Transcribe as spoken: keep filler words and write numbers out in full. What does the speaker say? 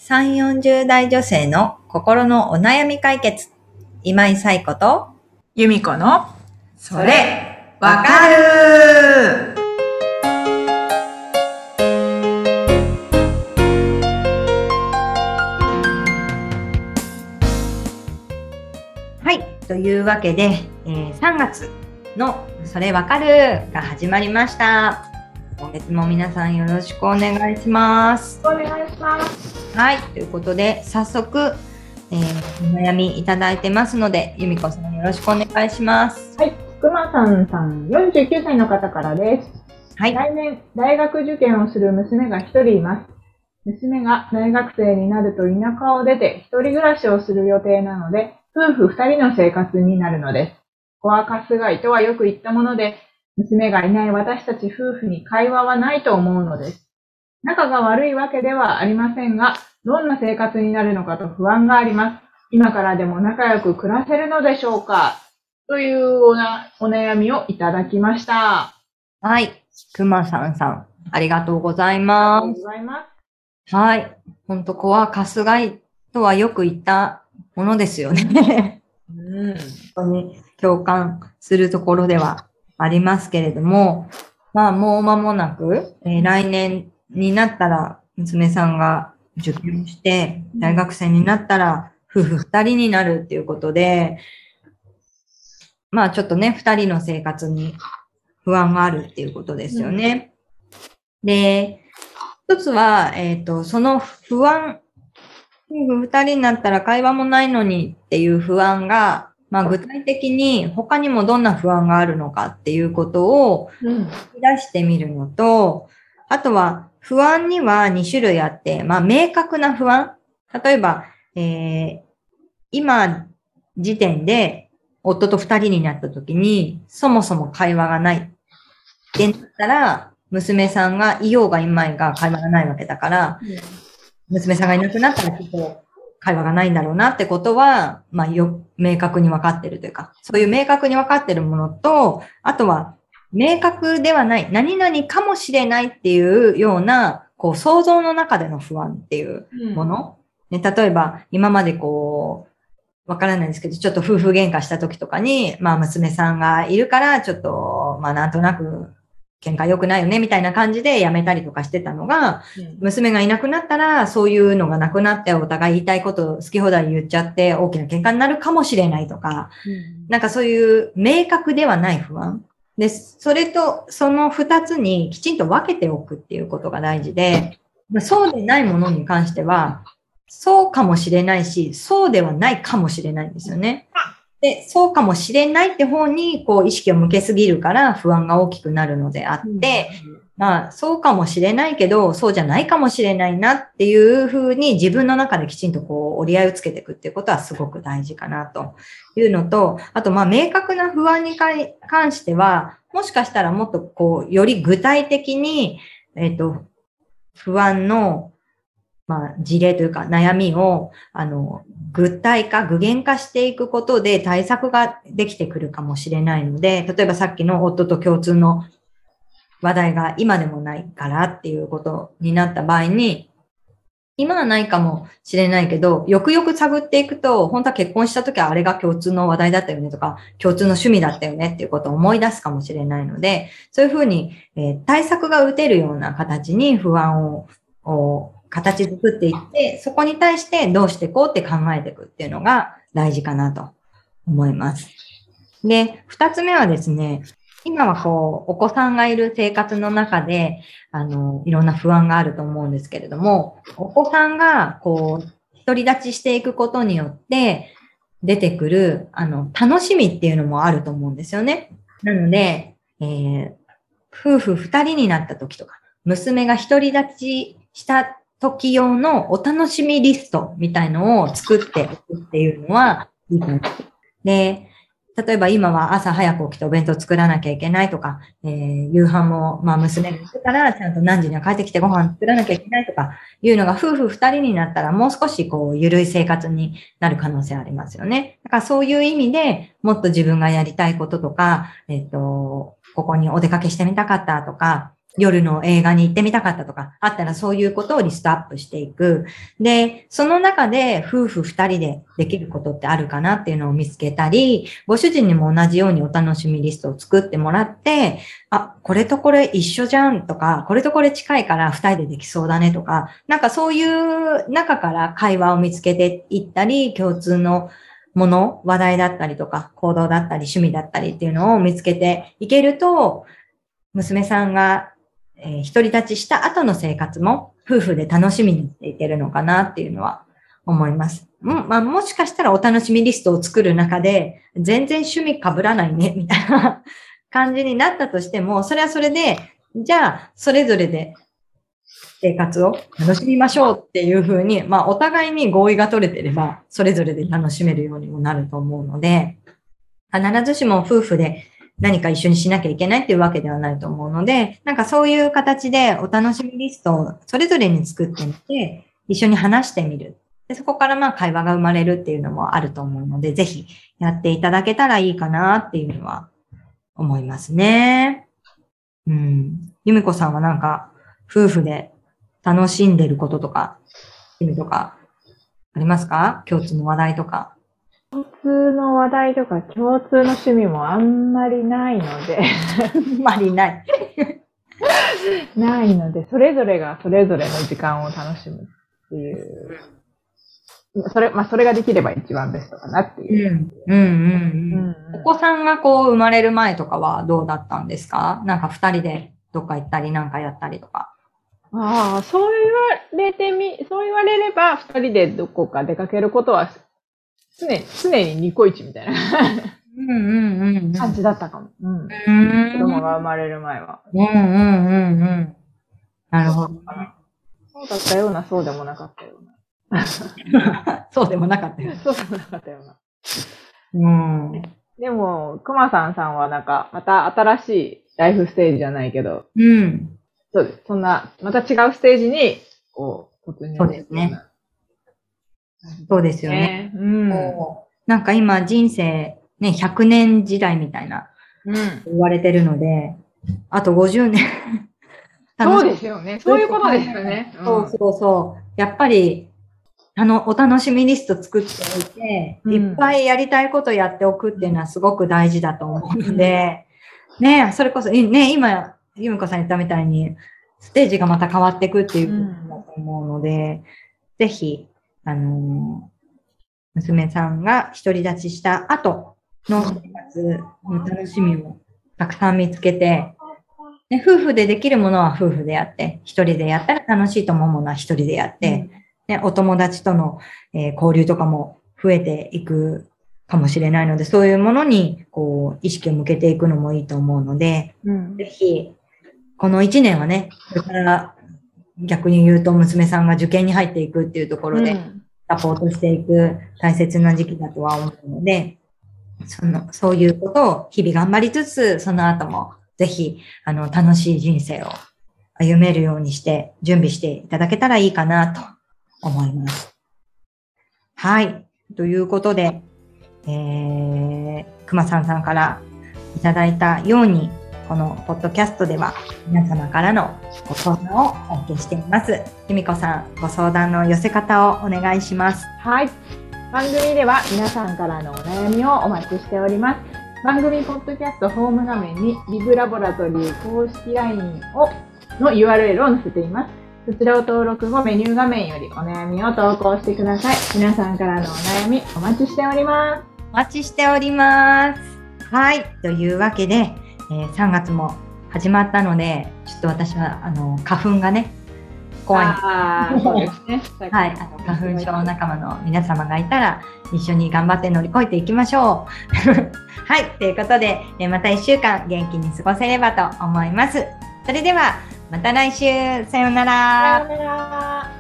さんじゅう、よんじゅう代女性の心のお悩み解決。今井彩子と由美子のそれわかる。 はい、というわけで、えー、さんがつのそれわかるが始まりました。今月も皆さんよろしくお願いします。 お願いします。 はい、ということで早速、えー、お悩みいただいてますので、由美子さんよろしくお願いします。 はい、くまさんさんよんじゅうきゅうさいの方からです。はい、来年大学受験をする娘がひとりいます。娘が大学生になると田舎を出て一人暮らしをする予定なので、夫婦二人の生活になるのです。子はかすがいとはよく言ったもので、娘がいない私たち夫婦に会話はないと思うのです。仲が悪いわけではありませんが、どんな生活になるのかと不安があります。今からでも仲良く暮らせるのでしょうか、というおなお悩みをいただきました。 はい。くまさんさん、ありがとうございます。ありがとうございます。はい。ほんと、子はかすがいとはよく言ったものですよね。うん、本当に共感するところではありますけれども、まあ、もう間もなく、えー、来年になったら、娘さんが受験して、大学生になったら、夫婦二人になるっていうことで、まあ、ちょっとね、二人の生活に不安があるっていうことですよね。うん、で、一つは、えっと、その不安、夫婦二人になったら会話もないのにっていう不安が、まあ具体的に他にもどんな不安があるのかっていうことを出してみるのと、あとは不安にはに種類あって、まあ明確な不安。例えば、えー、今時点で夫と二人になった時にそもそも会話がないってなったら、娘さんがいようがいまいが会話がないわけだから、娘さんがいなくなったらきっと会話がないんだろうなってことは、まあよ、明確に分かってるというか、そういう明確に分かってるものと、あとは明確ではない、何々かもしれないっていうような、こう想像の中での不安っていうもの。うん、ね、例えば今までこう、わからないんですけど、ちょっと夫婦喧嘩した時とかに、まあ娘さんがいるから、ちょっと、まあなんとなく、喧嘩良くないよね、みたいな感じでやめたりとかしてたのが、うん、娘がいなくなったら、そういうのがなくなって、お互い言いたいことを好き放題言っちゃって、大きな喧嘩になるかもしれないとか、うん、なんかそういう明確ではない不安。で、それと、その二つにきちんと分けておくっていうことが大事で、そうでないものに関しては、そうかもしれないし、そうではないかもしれないんですよね。で、そうかもしれないって方に、こう、意識を向けすぎるから不安が大きくなるのであって、まあ、そうかもしれないけど、そうじゃないかもしれないなっていうふうに自分の中できちんとこう、折り合いをつけていくっていうことはすごく大事かなというのと、あと、まあ、明確な不安に関しては、もしかしたらもっとこう、より具体的に、えっと、不安のまあ、事例というか悩みを、あの、具体化、具現化していくことで対策ができてくるかもしれないので、例えばさっきの夫と共通の話題が今でもないからっていうことになった場合に、今はないかもしれないけど、よくよく探っていくと、本当は結婚した時はあれが共通の話題だったよねとか、共通の趣味だったよねっていうことを思い出すかもしれないので、そういうふうに、えー、対策が打てるような形に不安を、を形作っていって、そこに対してどうしていこうって考えていくっていうのが大事かなと思います。で、二つ目はですね、今はこう、お子さんがいる生活の中で、あの、いろんな不安があると思うんですけれども、お子さんがこう、独り立ちしていくことによって出てくる、あの、楽しみっていうのもあると思うんですよね。なので、えー、夫婦二人になった時とか、娘が独り立ちした時用のお楽しみリストみたいのを作っておくっていうのはいいと思います。で、例えば今は朝早く起きてお弁当作らなきゃいけないとか、えー、夕飯も、まあ娘が行くからちゃんと何時には帰ってきてご飯作らなきゃいけないとかいうのが夫婦二人になったらもう少しこう緩い生活になる可能性ありますよね。だからそういう意味でもっと自分がやりたいこととか、えっと、ここにお出かけしてみたかったとか、 夜の映画に行ってみたかったとか、あったらそういうことをリストアップしていく。で、その中で夫婦二人でできることってあるかなっていうのを見つけたり、ご主人にも同じようにお楽しみリストを作ってもらって、あ、これとこれ一緒じゃんとか、これとこれ近いから二人でできそうだねとか、なんかそういう中から会話を見つけていったり、共通のもの、話題だったりとか、行動だったり、趣味だったりっていうのを見つけていけると、娘さんがえー、独り立ちした後の生活も夫婦で楽しみにしていけるのかなっていうのは思います。も、まあ、もしかしたらお楽しみリストを作る中で全然趣味被らないねみたいな感じになったとしても、それはそれで、じゃあそれぞれで生活を楽しみましょうっていうふうに、まあお互いに合意が取れてればそれぞれで楽しめるようにもなると思うので、必ずしも夫婦で何か一緒にしなきゃいけないっていうわけではないと思うので、なんかそういう形でお楽しみリストをそれぞれに作ってみて、一緒に話してみる。で、そこからまあ会話が生まれるっていうのもあると思うので、ぜひやっていただけたらいいかなっていうのは思いますね。うん。ゆみこさんはなんか夫婦で楽しんでることとか、趣味とかありますか？共通の話題とか。 共通の話題とか共通の趣味もあんまりないのであんまりない。 ないので、それぞれがそれぞれの時間を楽しむっていう。それ、まあ、それができれば一番ベストかなっていう。 うん。うんうんうん。お子さんがこう生まれる前とかはどうだったんですか？なんか二人でどっか行ったりなんかやったりとか。 ああ、そう言われてみ、そう言われれば二人でどこか出かけることは常に、常にニコイチみたいなうんうんうん、 感じだったかも。うん。うん、子供が生まれる前は。 うんうんうんうん。なるほど。 そうだったような、そうでもなかったような。そうでもなかったような。 そうでもなかったような。 うん。 でも、くまさんさんはなんか、また新しいライフステージじゃないけど、 うん。 そうです。そんな、また違うステージに、こう、突入そうですね。そうですよね。うん、なんか今人生ね、ひゃくねん時代みたいな、言われてるので、あとごじゅうねん。 そうですよね。そういうことですよね。 うん、そうそうそう。やっぱり、あの、お楽しみリスト作っておいて、うん、いっぱいやりたいことやっておくっていうのはすごく大事だと思うので、ね、それこそ、ね、今、ゆみこさん言ったみたいに、ステージがまた変わっていくっていうことだと思うので、うん、ぜひ、あのー、娘さんが独り立ちした後の生活の楽しみをたくさん見つけて、ね、夫婦でできるものは夫婦でやって、一人でやったら楽しいと思うものは一人でやって、うん、ね、お友達との、えー、交流とかも増えていくかもしれないので、そういうものにこう意識を向けていくのもいいと思うので、うん、ぜひ、この一年はね、これから逆に言うと娘さんが受験に入っていくっていうところで、うんサポートしていく大切な時期だとは思うので、その、そういうことを日々頑張りつつ、その後もぜひ、あの、楽しい人生を歩めるようにして準備していただけたらいいかなと思います。はい。ということで、えー、くまさんさんからいただいたように、このポッドキャストでは皆様からのご相談をお受けしています。ゆみこさん、ご相談の寄せ方をお願いします。 はい。番組では皆さんからのお悩みをお待ちしております。番組ポッドキャストホーム画面にリブラボラトリー公式 ライン をの ユーアールエル を載せています。そちらを登録後、メニュー画面よりお悩みを投稿してください。皆さんからのお悩みお待ちしております。 お待ちしております。はい。というわけで、えー、さんがつも始まったので、ちょっと私はあの花粉がね怖いんです。 あそうですね。 はい、あの花粉症仲間の皆様がいたら一緒に頑張って乗り越えていきましょう。はい、ということで、えー、またいっしゅうかん元気に過ごせればと思います。それではまた来週、さようなら。 さようなら。